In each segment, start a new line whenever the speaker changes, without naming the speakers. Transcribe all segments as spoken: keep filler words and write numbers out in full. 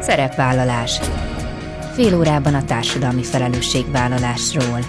Szerepvállalás. Fél órában a társadalmi felelősségvállalásról.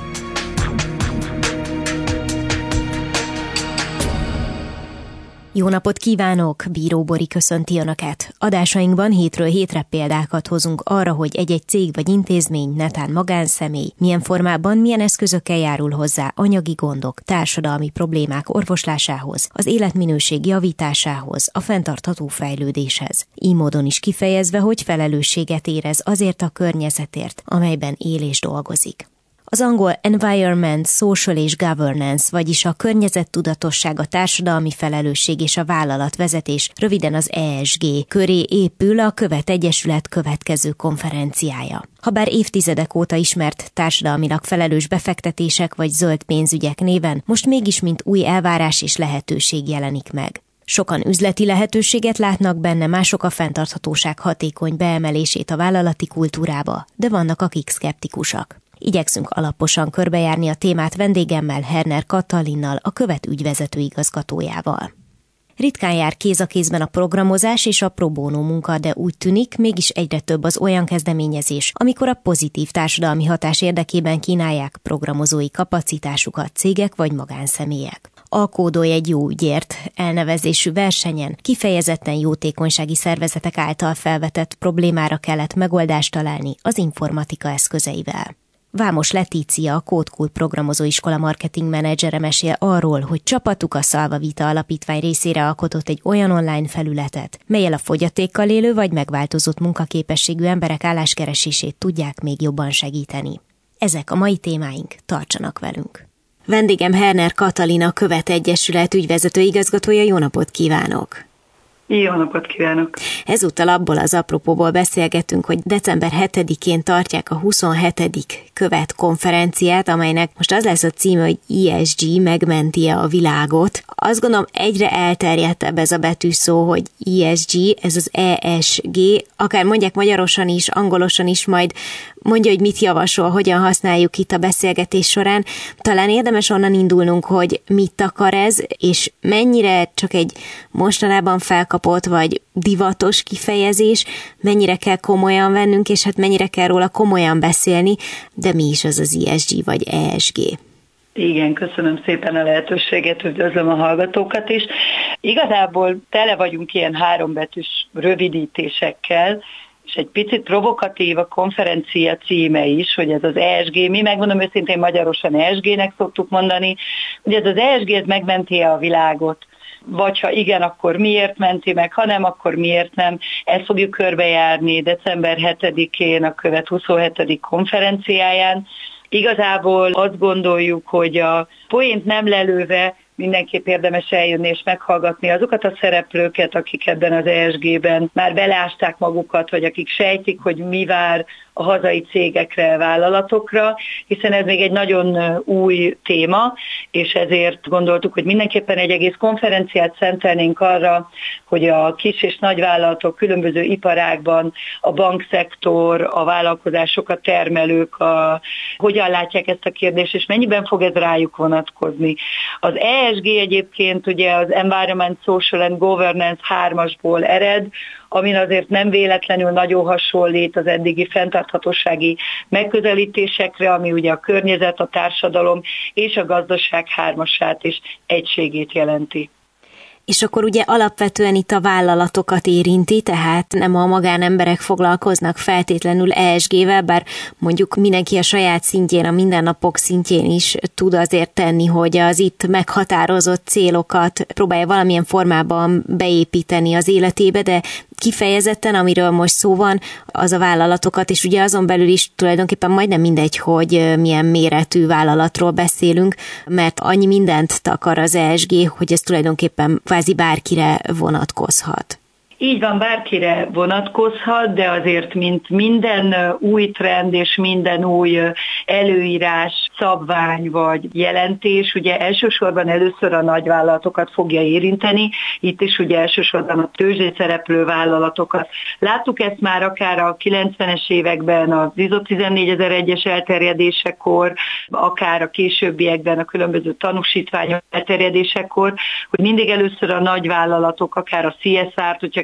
Jó napot kívánok! Bíró Bori köszönti Önöket. Adásainkban hétről hétre példákat hozunk arra, hogy egy-egy cég vagy intézmény, netán magánszemély, milyen formában, milyen eszközökkel járul hozzá anyagi gondok, társadalmi problémák orvoslásához, az életminőség javításához, a fenntartható fejlődéshez. Így módon is kifejezve, hogy felelősséget érez azért a környezetért, amelyben él és dolgozik. Az angol Environment, Social és Governance, vagyis a környezettudatosság, a társadalmi felelősség és a vállalatvezetés, röviden az E S G köré épül a Követ Egyesület következő konferenciája. Habár évtizedek óta ismert társadalmilag felelős befektetések vagy zöld pénzügyek néven, most mégis mint új elvárás és lehetőség jelenik meg. Sokan üzleti lehetőséget látnak benne, mások a fenntarthatóság hatékony beemelését a vállalati kultúrába, de vannak, akik szkeptikusak. Igyekszünk alaposan körbejárni a témát vendégemmel, Herner Katalinnal, a Követ ügyvezető igazgatójával. Ritkán jár kéz a kézben a programozás és a pro bono munka, de úgy tűnik, mégis egyre több az olyan kezdeményezés, amikor a pozitív társadalmi hatás érdekében kínálják programozói kapacitásukat cégek vagy magánszemélyek. Alkódolj egy jó ügyért elnevezésű versenyen kifejezetten jótékonysági szervezetek által felvetett problémára kellett megoldást találni az informatika eszközeivel. Vámos Letícia, a Code-Cool programozóiskola marketing menedzsere mesél arról, hogy csapatuk a Szalva Vita Alapítvány részére alkotott egy olyan online felületet, mellyel a fogyatékkal élő vagy megváltozott munkaképességű emberek álláskeresését tudják még jobban segíteni. Ezek a mai témáink, tartsanak velünk! Vendégem Herner Katalin, a Követ Egyesület ügyvezető igazgatója, jó napot kívánok!
Jó napot kívánok! Ezúttal
abból az apropóból beszélgetünk, hogy december hetedikén tartják a huszonhetedik Követ konferenciát, amelynek most az lesz a címe, hogy E S G megmenti a világot. Azt gondolom, egyre elterjedtebb ez a betűszó, hogy E S G, ez az E S G, akár mondják magyarosan is, angolosan is, majd mondja, hogy mit javasol, hogyan használjuk itt a beszélgetés során. Talán érdemes onnan indulnunk, hogy mit akar ez, és mennyire csak egy mostanában felkapott vagy divatos kifejezés, mennyire kell komolyan vennünk, és hát mennyire kell róla komolyan beszélni, de mi is az az E S G vagy E S G?
Igen, köszönöm szépen a lehetőséget, üdvözlöm a hallgatókat is. Igazából tele vagyunk ilyen hárombetűs rövidítésekkel, és egy picit provokatív a konferencia címe is, hogy ez az E S G, mi megmondom őszintén magyarosan E S G-nek szoktuk mondani, hogy ez az E S G megmenti a világot, vagy ha igen, akkor miért menti meg, ha nem, akkor miért nem. Ezt fogjuk körbejárni december hetedikén a Követ huszonhetedik konferenciáján. Igazából azt gondoljuk, hogy a poént nem lelőve mindenképp érdemes eljönni és meghallgatni azokat a szereplőket, akik ebben az E S G-ben már beleásták magukat, vagy akik sejtik, hogy mi vár a hazai cégekre, vállalatokra, hiszen ez még egy nagyon új téma, és ezért gondoltuk, hogy mindenképpen egy egész konferenciát szentelnénk arra, hogy a kis és nagyvállalatok különböző iparágban, a bankszektor, a vállalkozások, a termelők, a, hogyan látják ezt a kérdést, és mennyiben fog ez rájuk vonatkozni. Az E S G egyébként ugye az Environment, Social and Governance hármasból ered, amin azért nem véletlenül nagyon hasonlít az eddigi fenntarthatósági megközelítésekre, ami ugye a környezet, a társadalom és a gazdaság hármasát és egységét jelenti.
És akkor ugye alapvetően itt a vállalatokat érinti, tehát nem a magánemberek foglalkoznak feltétlenül E S G-vel, bár mondjuk mindenki a saját szintjén, a mindennapok szintjén is tud azért tenni, hogy az itt meghatározott célokat próbálja valamilyen formában beépíteni az életébe, de kifejezetten, amiről most szó van, az a vállalatokat, és ugye azon belül is tulajdonképpen majdnem mindegy, hogy milyen méretű vállalatról beszélünk, mert annyi mindent takar az E S G, hogy ez tulajdonképpen kvázi bárkire vonatkozhat.
Így van, bárkire vonatkozhat, de azért, mint minden új trend és minden új előírás, szabvány vagy jelentés, ugye elsősorban először a nagyvállalatokat fogja érinteni, itt is ugye elsősorban a tőzsdén szereplő vállalatokat. Láttuk ezt már akár a kilencvenes években az I S O tizennégyezer-egyes elterjedésekor, akár a későbbiekben a különböző tanúsítványok elterjedésekor, hogy mindig először a nagyvállalatok, akár a C S R-t, hogyha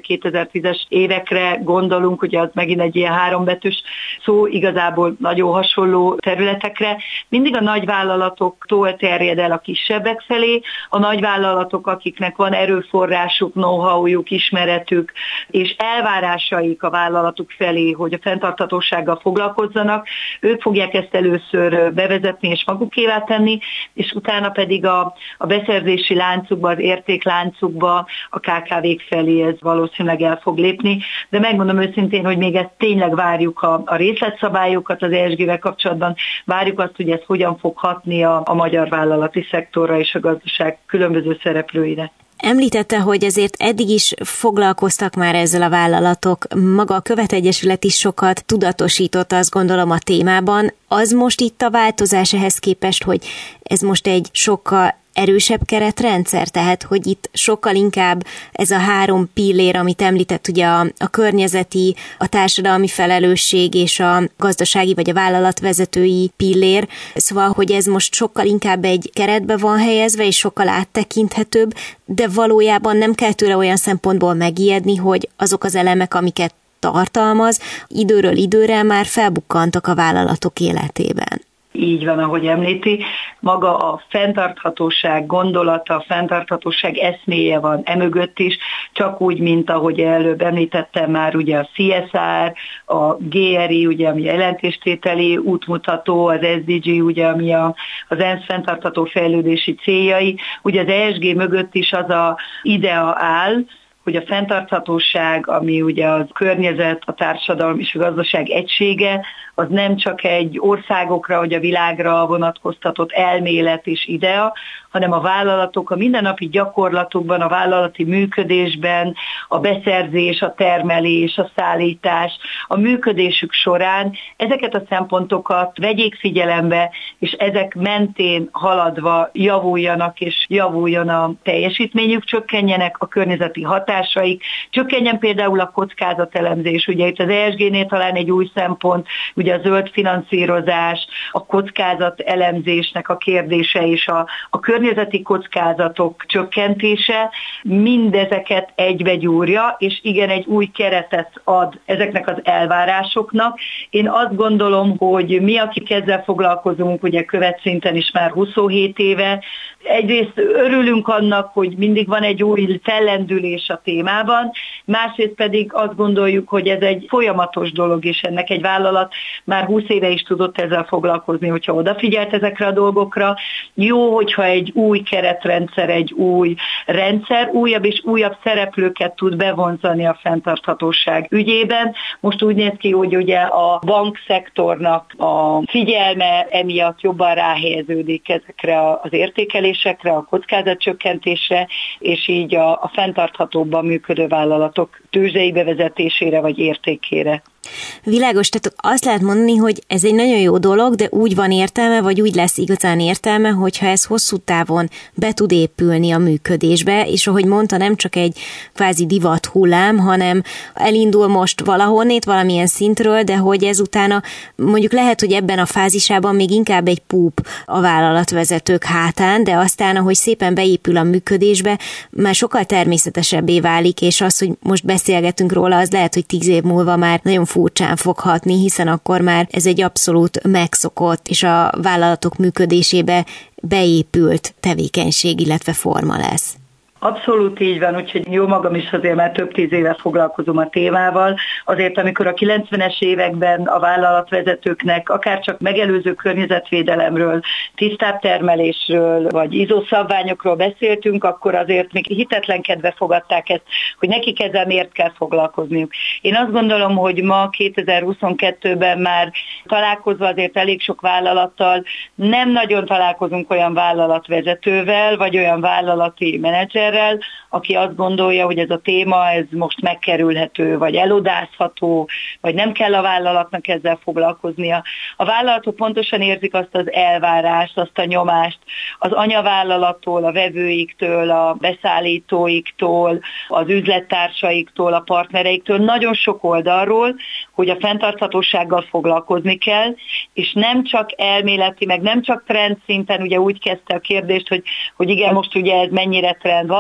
kétezer-tízes évekre gondolunk, ugye az megint egy ilyen hárombetűs szó, igazából nagyon hasonló területekre. Mindig a nagyvállalatoktól terjed el a kisebbek felé, a nagyvállalatok, akiknek van erőforrásuk, know-howjuk, ismeretük, és elvárásaik a vállalatuk felé, hogy a fenntarthatósággal foglalkozzanak, ők fogják ezt először bevezetni és magukévá tenni, és utána pedig a, a beszerzési láncukba, az értékláncukba, a ká ká vék felé ez valószínűleg el fog lépni, de megmondom őszintén, hogy még ezt tényleg várjuk a, a részletszabályokat az é es gé-vel kapcsolatban, várjuk azt, hogy ez hogyan fog hatni a, a magyar vállalati szektorra és a gazdaság különböző szereplőire.
Említette, hogy azért eddig is foglalkoztak már ezzel a vállalatok, maga a Követegyesület is sokat tudatosított, azt gondolom, a témában. Az most itt a változás ehhez képest, hogy ez most egy sokkal erősebb keretrendszer, tehát hogy itt sokkal inkább ez a három pillér, amit említett, ugye a, a környezeti, a társadalmi felelősség és a gazdasági vagy a vállalatvezetői pillér, szóval, hogy ez most sokkal inkább egy keretbe van helyezve, és sokkal áttekinthetőbb, de valójában nem kell tőle olyan szempontból megijedni, hogy azok az elemek, amiket tartalmaz, időről időre már felbukkantak a vállalatok életében.
Így van, ahogy említi, maga a fenntarthatóság gondolata, a fenntarthatóság eszméje van emögött is, csak úgy, mint ahogy előbb említettem már, ugye a cé es er, a gé er i, ugye, ami jelentéstételi útmutató, az es dé gé, ugye, ami a, az ENSZ fenntartható fejlődési céljai, ugye az é es gé mögött is az a idea áll, hogy a fenntarthatóság, ami ugye a környezet, a társadalom és a gazdaság egysége, az nem csak egy országokra, vagy a világra vonatkoztatott elmélet és idea, hanem a vállalatok a mindennapi gyakorlatukban, a vállalati működésben, a beszerzés, a termelés, a szállítás, a működésük során ezeket a szempontokat vegyék figyelembe, és ezek mentén haladva javuljanak, és javuljon a teljesítményük, csökkenjenek a környezeti hatásaik, csökkenjen például a kockázatelemzés. Ugye itt az é es gé-nél talán egy új szempont, ugye a zöld finanszírozás, a kockázatelemzésnek a kérdése és a, a környezeti kockázatok csökkentése, mindezeket egybegyúrja, és igen, egy új keretet ad ezeknek az elvárásoknak. Én azt gondolom, hogy mi, akik ezzel foglalkozunk, ugye követszinten is már huszonhét éve, egyrészt örülünk annak, hogy mindig van egy új fellendülés a témában, másrészt pedig azt gondoljuk, hogy ez egy folyamatos dolog, és ennek egy vállalat már húsz éve is tudott ezzel foglalkozni, hogyha odafigyelt ezekre a dolgokra. Jó, hogyha egy új keretrendszer, egy új rendszer, újabb és újabb szereplőket tud bevonzani a fenntarthatóság ügyében. Most úgy néz ki, hogy ugye a bankszektornak a figyelme emiatt jobban ráhelyeződik ezekre az értékelésekre, a kockázatcsökkentésre, és így a, a fenntarthatóbban működő vállalatok tőzsdei bevezetésére vagy értékére.
Világos, tehát azt lehet mondani, hogy ez egy nagyon jó dolog, de úgy van értelme, vagy úgy lesz igazán értelme, hogyha ez hosszú távon be tud épülni a működésbe, és ahogy mondta, nem csak egy kvázi divat hullám, hanem elindul most valahonnét, valamilyen szintről, de hogy ez utána mondjuk lehet, hogy ebben a fázisában még inkább egy púp a vállalatvezetők hátán, de aztán, ahogy szépen beépül a működésbe, már sokkal természetesebbé válik, és az, hogy most beszélgetünk róla, az lehet, hogy tíz év múlva már nagyon furcsán fog hatni, hiszen akkor már ez egy abszolút megszokott és a vállalatok működésébe beépült tevékenység, illetve forma lesz.
Abszolút így van, úgyhogy jó magam is azért már több tíz éve foglalkozom a témával. Azért, amikor a kilencvenes években a vállalatvezetőknek akár csak megelőző környezetvédelemről, tisztább termelésről, vagy i es o szabványokról beszéltünk, akkor azért még hitetlenkedve fogadták ezt, hogy nekik ezzel miért kell foglalkozniuk. Én azt gondolom, hogy ma kétezer-huszonkettőben már találkozva azért elég sok vállalattal nem nagyon találkozunk olyan vállalatvezetővel, vagy olyan vállalati menedzser, aki azt gondolja, hogy ez a téma ez most megkerülhető, vagy elodázható, vagy nem kell a vállalatnak ezzel foglalkoznia. A vállalatok pontosan érzik azt az elvárást, azt a nyomást az anyavállalattól, a vevőiktől, a beszállítóiktól, az üzlettársaiktól, a partnereiktől, nagyon sok oldalról, hogy a fenntarthatósággal foglalkozni kell, és nem csak elméleti, meg nem csak trend szinten, ugye úgy kezdte a kérdést, hogy, hogy igen, most ugye ez mennyire trend.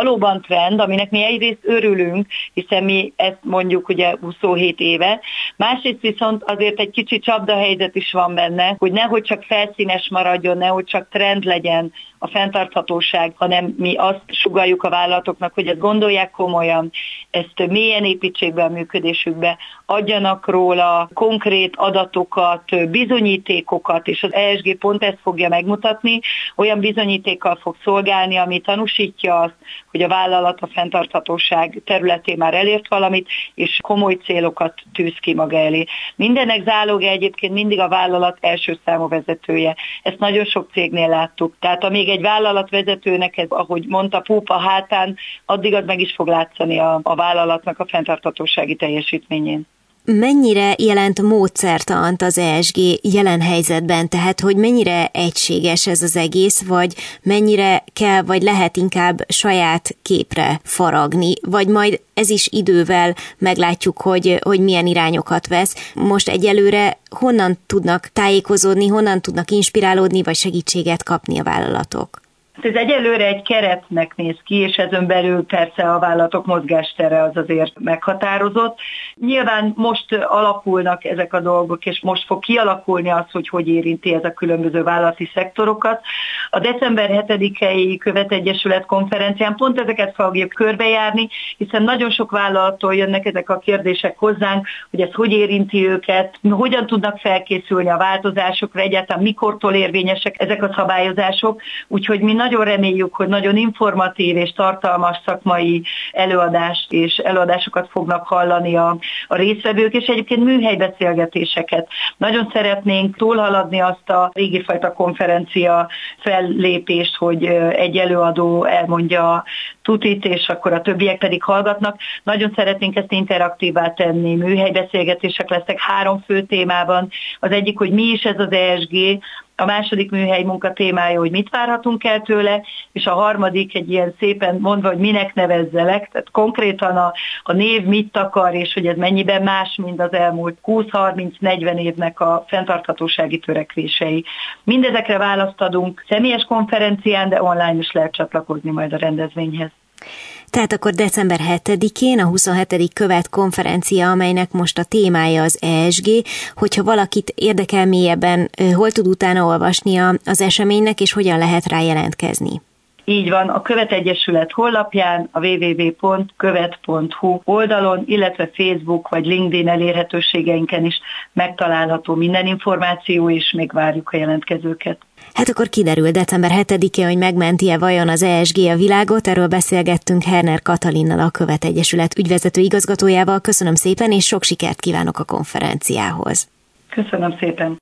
valóban trend, aminek mi egyrészt örülünk, hiszen mi ezt mondjuk ugye huszonhét éve, másrészt viszont azért egy kicsi csapdahelyzet is van benne, hogy nehogy csak felszínes maradjon, nehogy csak trend legyen a fenntarthatóság, hanem mi azt sugalljuk a vállalatoknak, hogy ezt gondolják komolyan, ezt mélyen építsék be a működésükbe, adjanak róla konkrét adatokat, bizonyítékokat, és az E S G pont ezt fogja megmutatni, olyan bizonyítékkal fog szolgálni, ami tanúsítja azt, hogy a vállalat a fenntarthatóság területén már elért valamit, és komoly célokat tűz ki maga elé. Mindennek záloga egyébként mindig a vállalat első számú vezetője. Ezt nagyon sok cégnél láttuk. Tehát amíg egy vállalatvezetőnek ez, ahogy mondta, púpa hátán, addig az meg is fog látszani a, a vállalatnak a fenntarthatósági teljesítményén.
Mennyire jelent módszertant az E S G jelen helyzetben, tehát hogy mennyire egységes ez az egész, vagy mennyire kell, vagy lehet inkább saját képre faragni, vagy majd ez is idővel meglátjuk, hogy, hogy milyen irányokat vesz. Most egyelőre honnan tudnak tájékozódni, honnan tudnak inspirálódni, vagy segítséget kapni a vállalatok?
Ez egyelőre egy keretnek néz ki, és ezen belül persze a vállalatok mozgástere az azért meghatározott. Nyilván most alakulnak ezek a dolgok, és most fog kialakulni az, hogy hogy érinti ez a különböző vállalati szektorokat. A december hetedikei Követegyesület konferencián pont ezeket fogjuk körbejárni, hiszen nagyon sok vállalattól jönnek ezek a kérdések hozzánk, hogy ez hogy érinti őket, hogyan tudnak felkészülni a változásokra, egyáltalán mikortól érvényesek ezek a szabályozások, úgyhogy mi nagyon reméljük, hogy nagyon informatív és tartalmas szakmai előadást és előadásokat fognak hallani a, a résztvevők, és egyébként műhelybeszélgetéseket. Nagyon szeretnénk túlhaladni azt a régi fajta konferencia fellépést, hogy egy előadó elmondja tutit, és akkor a többiek pedig hallgatnak. Nagyon szeretnénk ezt interaktívvá tenni. Műhelybeszélgetések lesznek három fő témában. Az egyik, hogy mi is ez az E S G, a második műhely munka témája, hogy mit várhatunk el tőle, és a harmadik egy ilyen szépen mondva, hogy minek nevezzelek, tehát konkrétan a, a név mit akar, és hogy ez mennyiben más, mint az elmúlt húsz-harminc-negyven évnek a fenntarthatósági törekvései. Mindezekre választ adunk személyes konferencián, de online is lehet csatlakozni majd a rendezvényhez.
Tehát akkor december hetedikén a huszonhetedik Követ konferencia, amelynek most a témája az E S G, hogyha valakit érdekel mélyebben, hol tud utána olvasni az eseménynek, és hogyan lehet rá jelentkezni?
Így van, a Követegyesület honlapján, a double-u double-u double-u pont követ pont hu oldalon, illetve Facebook vagy LinkedIn elérhetőségeinken is megtalálható minden információ, és még várjuk a jelentkezőket.
Hát akkor kiderül december hetedikén, hogy megmenti-e vajon az E S G a világot, erről beszélgettünk Herner Katalinnal, a Követegyesület ügyvezető igazgatójával. Köszönöm szépen, és sok sikert kívánok a konferenciához.
Köszönöm szépen.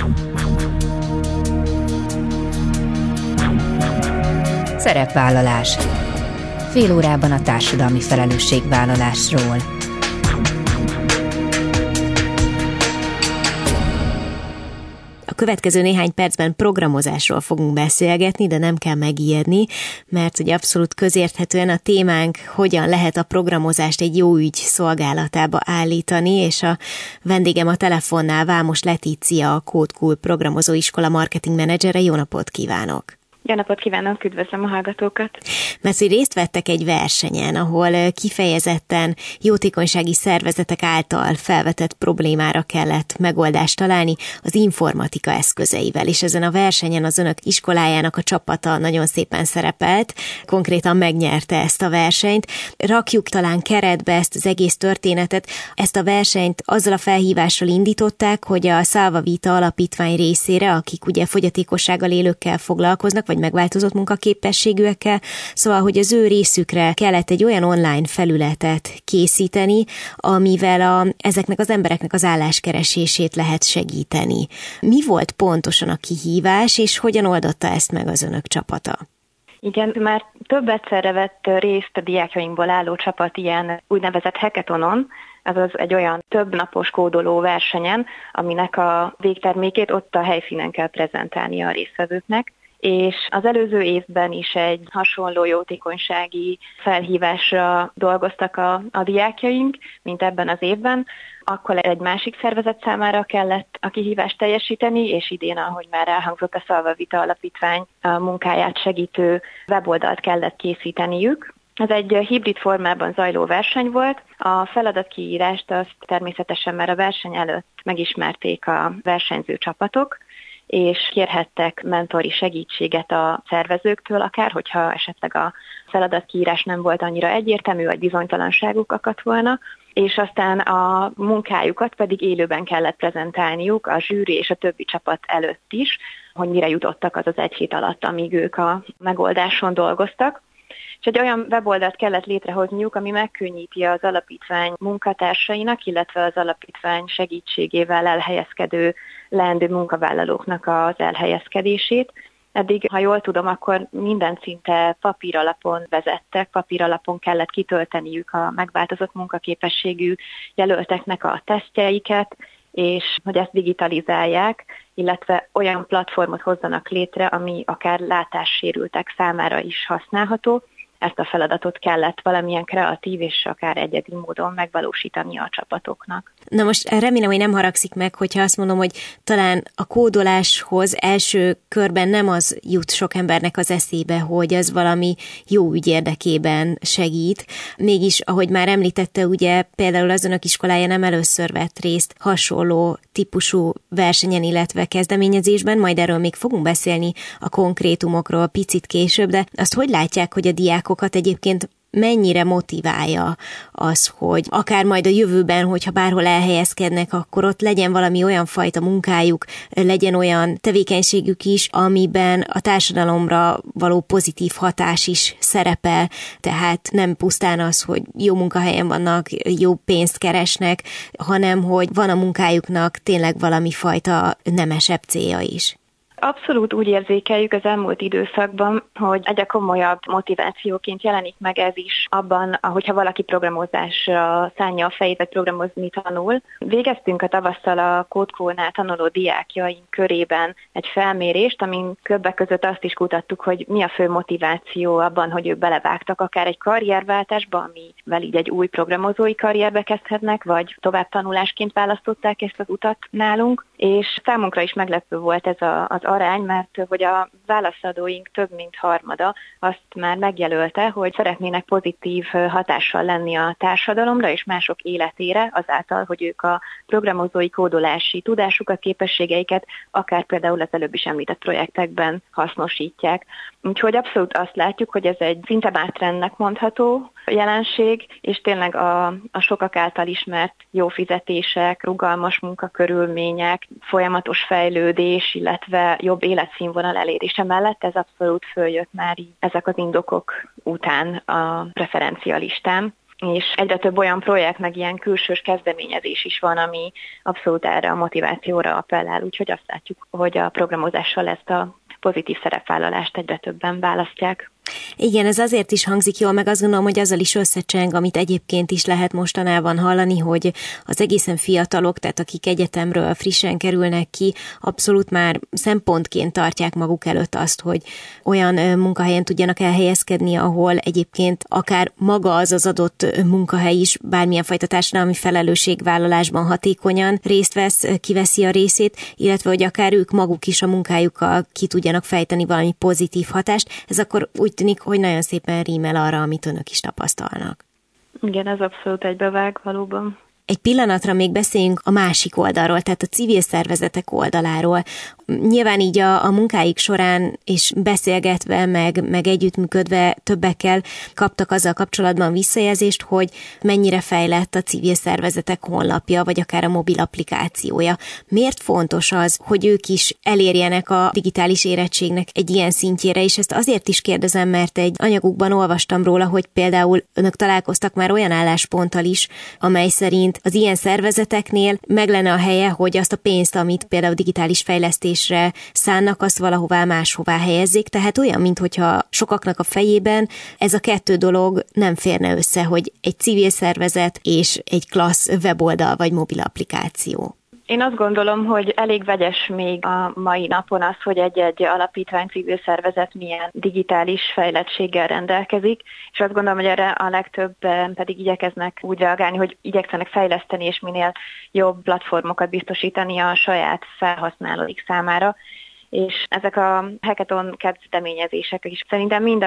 Szerepvállalás. Fél órában a társadalmi felelősségvállalásról.
A következő néhány percben programozásról fogunk beszélgetni, de nem kell megijedni, mert ugye abszolút közérthetően a témánk, hogyan lehet a programozást egy jó ügy szolgálatába állítani, és a vendégem a telefonnál Vámos Letícia, a CodeCool programozóiskola marketing menedzsere. Jó napot kívánok!
Jó napot kívánok, üdvözlöm a hallgatókat!
Mert hogy részt vettek egy versenyen, ahol kifejezetten jótékonysági szervezetek által felvetett problémára kellett megoldást találni az informatika eszközeivel, és ezen a versenyen az önök iskolájának a csapata nagyon szépen szerepelt, konkrétan megnyerte ezt a versenyt. Rakjuk talán keretbe ezt az egész történetet. Ezt a versenyt azzal a felhívással indították, hogy a Szalva Vita alapítvány részére, akik ugye fogyatékossággal élőkkel foglalkoznak, vagy megváltozott munkaképességűekkel, szóval, hogy az ő részükre kellett egy olyan online felületet készíteni, amivel a, ezeknek az embereknek az álláskeresését lehet segíteni. Mi volt pontosan a kihívás, és hogyan oldotta ezt meg az önök csapata?
Igen, már több egyszerre vett részt a diákjainkból álló csapat ilyen úgynevezett hackathonon, azaz egy olyan több napos kódoló versenyen, aminek a végtermékét ott a helyszínen kell prezentálni a résztvevőknek. És az előző évben is egy hasonló jótékonysági felhívásra dolgoztak a, a diákjaink, mint ebben az évben. Akkor egy másik szervezet számára kellett a kihívást teljesíteni, és idén, ahogy már elhangzott, a Szalva Vita alapítvány a munkáját segítő weboldalt kellett készíteniük. Ez egy hibrid formában zajló verseny volt. A feladatkiírást azt természetesen már a verseny előtt megismerték a versenyző csapatok, és kérhettek mentori segítséget a szervezőktől akár, hogyha esetleg a feladatkiírás nem volt annyira egyértelmű, vagy bizonytalanságuk akadt volna, és aztán a munkájukat pedig élőben kellett prezentálniuk a zsűri és a többi csapat előtt is, hogy mire jutottak az az egy hét alatt, amíg ők a megoldáson dolgoztak. És egy olyan weboldalt kellett létrehozniuk, ami megkönnyíti az alapítvány munkatársainak, illetve az alapítvány segítségével elhelyezkedő leendő munkavállalóknak az elhelyezkedését. Eddig, ha jól tudom, akkor minden szinte papíralapon vezettek, papíralapon kellett kitölteniük a megváltozott munkaképességű jelölteknek a tesztjeiket, és hogy ezt digitalizálják, illetve olyan platformot hozzanak létre, ami akár látássérültek számára is használható. Ezt a feladatot kellett valamilyen kreatív és akár egyedi módon megvalósítani a csapatoknak.
Na most remélem, hogy nem haragszik meg, hogyha azt mondom, hogy talán a kódoláshoz első körben nem az jut sok embernek az eszébe, hogy az valami jó ügy érdekében segít. Mégis, ahogy már említette, ugye például az Önök iskolája nem először vett részt hasonló típusú versenyen, illetve kezdeményezésben, majd erről még fogunk beszélni a konkrétumokról picit később, de azt hogy látják, hogy a diákokat egyébként mennyire motiválja az, hogy akár majd a jövőben, hogyha bárhol elhelyezkednek, akkor ott legyen valami olyan fajta munkájuk, legyen olyan tevékenységük is, amiben a társadalomra való pozitív hatás is szerepel, tehát nem pusztán az, hogy jó munkahelyen vannak, jó pénzt keresnek, hanem hogy van a munkájuknak tényleg valami fajta nemesebb célja is.
Abszolút úgy érzékeljük az elmúlt időszakban, hogy egyre komolyabb motivációként jelenik meg ez is abban, ahogyha valaki programozásra szánja a fejét, vagy programozni tanul. Végeztünk a tavasszal a Kódkónál tanuló diákjaink körében egy felmérést, amin többek között azt is kutattuk, hogy mi a fő motiváció abban, hogy ők belevágtak akár egy karrierváltásba, amivel így egy új programozói karrierbe kezdhetnek, vagy tovább tanulásként választották ezt az utat nálunk, és számunkra is meglepő volt ez a, az arány, mert hogy a válaszadóink több mint harmada azt már megjelölte, hogy szeretnének pozitív hatással lenni a társadalomra és mások életére, azáltal, hogy ők a programozói kódolási tudásukat, képességeiket akár például az előbb is említett projektekben hasznosítják. Úgyhogy abszolút azt látjuk, hogy ez egy szinte már trendnek mondható jelenség, és tényleg a, a sokak által ismert jó fizetések, rugalmas munkakörülmények, folyamatos fejlődés, illetve jobb életszínvonal elérése mellett ez abszolút följött már így ezek az indokok után a preferencialistán. És egyre több olyan projekt, meg ilyen külsős kezdeményezés is van, ami abszolút erre a motivációra appellál, úgyhogy azt látjuk, hogy a programozással ezt a pozitív szerepvállalást egyre többen választják.
Igen, ez azért is hangzik jól, meg azt gondolom, hogy azzal is összecseng, amit egyébként is lehet mostanában hallani, hogy az egészen fiatalok, tehát akik egyetemről frissen kerülnek ki, abszolút már szempontként tartják maguk előtt azt, hogy olyan munkahelyen tudjanak elhelyezkedni, ahol egyébként akár maga az az adott munkahely is bármilyen fajta társadalmi felelősségvállalásban hatékonyan részt vesz, kiveszi a részét, illetve hogy akár ők maguk is a munkájukkal ki tudjanak fejteni valami pozitív hatást. Ez akkor úgy tűnik, hogy nagyon szépen rímel arra, amit Önök is tapasztalnak.
Igen, ez abszolút egybevág valóban.
Egy pillanatra még beszéljünk a másik oldalról, tehát a civil szervezetek oldaláról. Nyilván így a, a munkáik során és beszélgetve, meg, meg együttműködve többekkel kaptak azzal kapcsolatban visszajelzést, hogy mennyire fejlett a civil szervezetek honlapja, vagy akár a mobil applikációja. Miért fontos az, hogy ők is elérjenek a digitális érettségnek egy ilyen szintjére, és ezt azért is kérdezem, mert egy anyagukban olvastam róla, hogy például Önök találkoztak már olyan állásponttal is, amely szerint az ilyen szervezeteknél meg lenne a helye, hogy azt a pénzt, amit például digitális fejlesztésre szánnak, azt valahová máshová helyezzék, tehát olyan, minthogyha sokaknak a fejében ez a kettő dolog nem férne össze, hogy egy civil szervezet és egy klassz weboldal vagy mobil applikáció.
Én azt gondolom, hogy elég vegyes még a mai napon az, hogy egy-egy alapítvány, civil szervezet milyen digitális fejlettséggel rendelkezik, és azt gondolom, hogy erre a legtöbben pedig igyekeznek úgy reagálni, hogy igyekszenek fejleszteni és minél jobb platformokat biztosítani a saját felhasználóik számára. És ezek a hackathon kezdeményezések is szerintem mind azt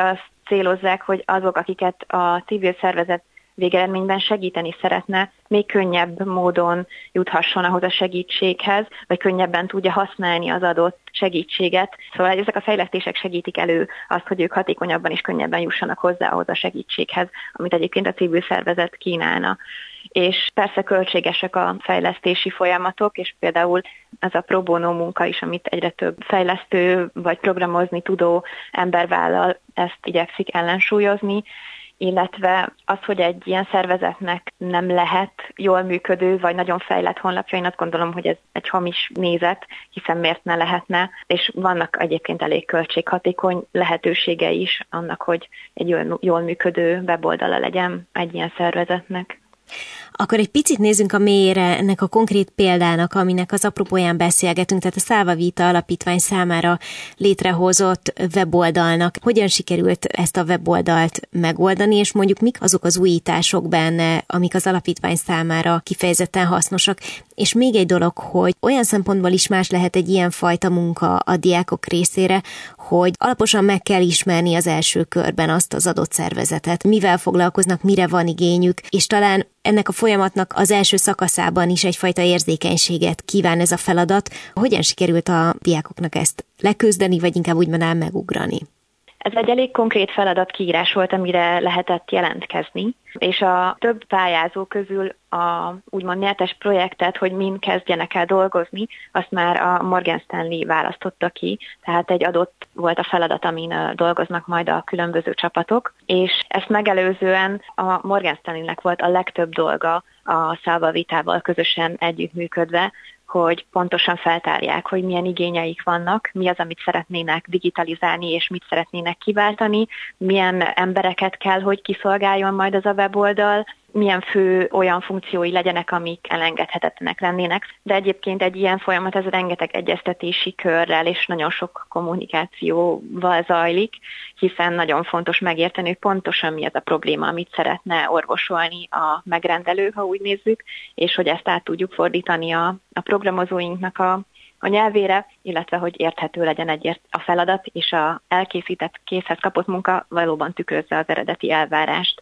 célozzák, hogy azok, akiket a civil szervezet végeredményben segíteni szeretne, még könnyebb módon juthasson ahhoz a segítséghez, vagy könnyebben tudja használni az adott segítséget. Szóval ezek a fejlesztések segítik elő azt, hogy ők hatékonyabban és könnyebben jussanak hozzá ahhoz a segítséghez, amit egyébként a civil szervezet kínálna. És persze költségesek a fejlesztési folyamatok, és például ez a pro bono munka is, amit egyre több fejlesztő vagy programozni tudó ember vállal, ezt igyekszik ellensúlyozni, illetve az, hogy egy ilyen szervezetnek nem lehet jól működő, vagy nagyon fejlett honlapja, én azt gondolom, hogy ez egy hamis nézet, hiszen miért ne lehetne, és vannak egyébként elég költséghatékony lehetősége is annak, hogy egy jól, jól működő weboldala legyen egy ilyen szervezetnek.
Akkor egy picit nézzünk a mélyére ennek a konkrét példának, aminek az apropóján beszélgetünk, tehát a Szálva Vita Alapítvány számára létrehozott weboldalnak. Hogyan sikerült ezt a weboldalt megoldani, és mondjuk mik azok az újítások benne, amik az alapítvány számára kifejezetten hasznosak. És még egy dolog, hogy olyan szempontból is más lehet egy ilyen fajta munka a diákok részére, hogy alaposan meg kell ismerni az első körben azt az adott szervezetet, mivel foglalkoznak, mire van igényük, és talán ennek a folyamatnak az első szakaszában is egyfajta érzékenységet kíván ez a feladat. Hogyan sikerült a diákoknak ezt leküzdeni, vagy inkább úgy mondanám megugrani?
Ez egy elég konkrét feladatkiírás volt, amire lehetett jelentkezni, és a több pályázó közül a úgymond nyertes projektet, hogy mind kezdjenek el dolgozni, azt már a Morgan Stanley választotta ki, tehát egy adott volt a feladat, amin dolgoznak majd a különböző csapatok, és ezt megelőzően a Morgan Stanleynek volt a legtöbb dolga a Szálva Vitával közösen együttműködve, hogy pontosan feltárják, hogy milyen igényeik vannak, mi az, amit szeretnének digitalizálni, és mit szeretnének kiváltani, milyen embereket kell, hogy kiszolgáljon majd az a weboldal, milyen fő olyan funkciói legyenek, amik elengedhetetlenek lennének. De egyébként egy ilyen folyamat, ez rengeteg egyeztetési körrel és nagyon sok kommunikációval zajlik, hiszen nagyon fontos megérteni, hogy pontosan mi az a probléma, amit szeretne orvosolni a megrendelő, ha úgy nézzük, és hogy ezt át tudjuk fordítani a, a programozóinknak a a nyelvére, illetve hogy érthető legyen egyért a feladat, és a elkészített, készhez kapott munka valóban tükrözze az eredeti elvárást.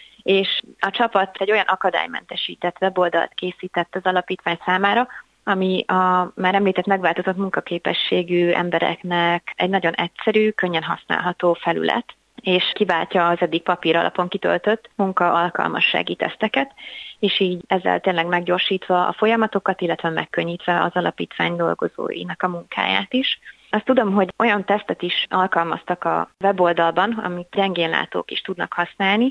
És a csapat egy olyan akadálymentesített weboldalt készített az alapítvány számára, ami a már említett megváltozott munkaképességű embereknek egy nagyon egyszerű, könnyen használható felület, és kiváltja az eddig papír alapon kitöltött munka-alkalmassági teszteket, és így ezzel tényleg meggyorsítva a folyamatokat, illetve megkönnyítve az alapítvány dolgozóinak a munkáját is. Azt tudom, hogy olyan tesztet is alkalmaztak a weboldalban, amit gyengénlátók is tudnak használni,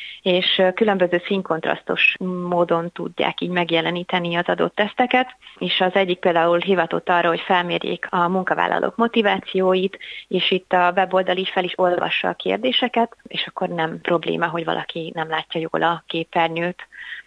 és különböző színkontrasztos módon tudják így megjeleníteni az adott teszteket, és az egyik például hivatott arra, hogy felmérjék a munkavállalók motivációit, és itt a weboldal is fel is olvassa a kérdéseket, és akkor nem probléma, hogy valaki nem látja jól a képernyőt.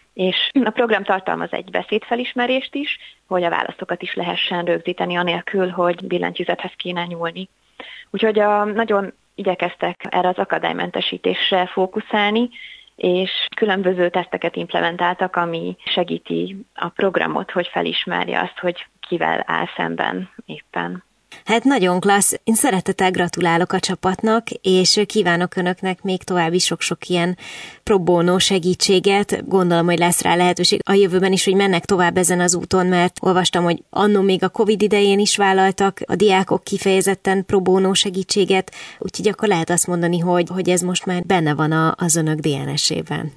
És a program tartalmaz egy beszédfelismerést is, hogy a válaszokat is lehessen rögzíteni anélkül, hogy billentyűzethez kéne nyúlni. Úgyhogy a, nagyon igyekeztek erre az akadálymentesítésre fókuszálni, és különböző teszteket implementáltak, ami segíti a programot, hogy felismerje azt, hogy kivel áll szemben éppen.
Hát nagyon klassz. Én szeretettel gratulálok a csapatnak, és kívánok önöknek még további sok-sok ilyen pro bono segítséget. Gondolom, hogy lesz rá lehetőség a jövőben is, hogy mennek tovább ezen az úton, mert olvastam, hogy annó még a Covid idején is vállaltak a diákok kifejezetten pro bono segítséget, úgyhogy akkor lehet azt mondani, hogy, hogy ez most már benne van a, az önök dé en es-ében.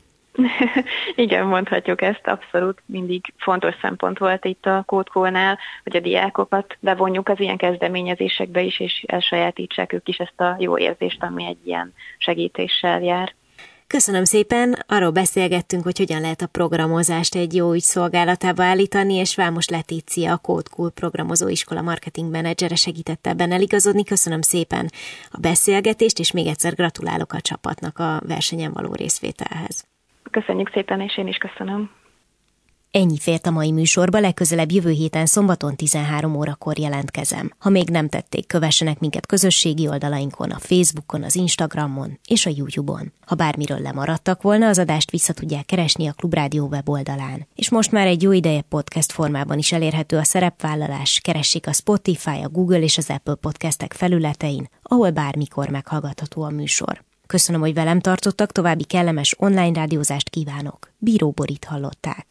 Igen, mondhatjuk ezt, abszolút mindig fontos szempont volt itt a Kódkónál, hogy a diákokat bevonjuk az ilyen kezdeményezésekbe is, és elsajátítsák ők is ezt a jó érzést, ami egy ilyen segítéssel jár.
Köszönöm szépen, arról beszélgettünk, hogy hogyan lehet a programozást egy jó ügy szolgálatába állítani, és Vámos Letícia, a Kódkul programozóiskola marketing menedzsere segített ebben eligazodni. Köszönöm szépen a beszélgetést, és még egyszer gratulálok a csapatnak a versenyen való részvételhez.
Köszönjük szépen, és én is köszönöm.
Ennyi fért a mai műsorba, legközelebb jövő héten szombaton tizenhárom órakor jelentkezem. Ha még nem tették, kövessenek minket közösségi oldalainkon, a Facebookon, az Instagramon és a YouTube-on. Ha bármiről lemaradtak volna, az adást vissza tudják keresni a Klubrádió weboldalán. És most már egy jó ideje podcast formában is elérhető a szerepvállalás, keressék a Spotify, a Google és az Apple podcastek felületein, ahol bármikor meghallgatható a műsor. Köszönöm, hogy velem tartottak, további kellemes online rádiózást kívánok. Bíró Borit hallották.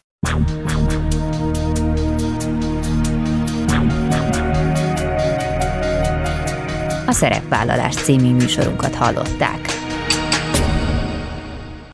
A Szerepvállalás című műsorunkat hallották.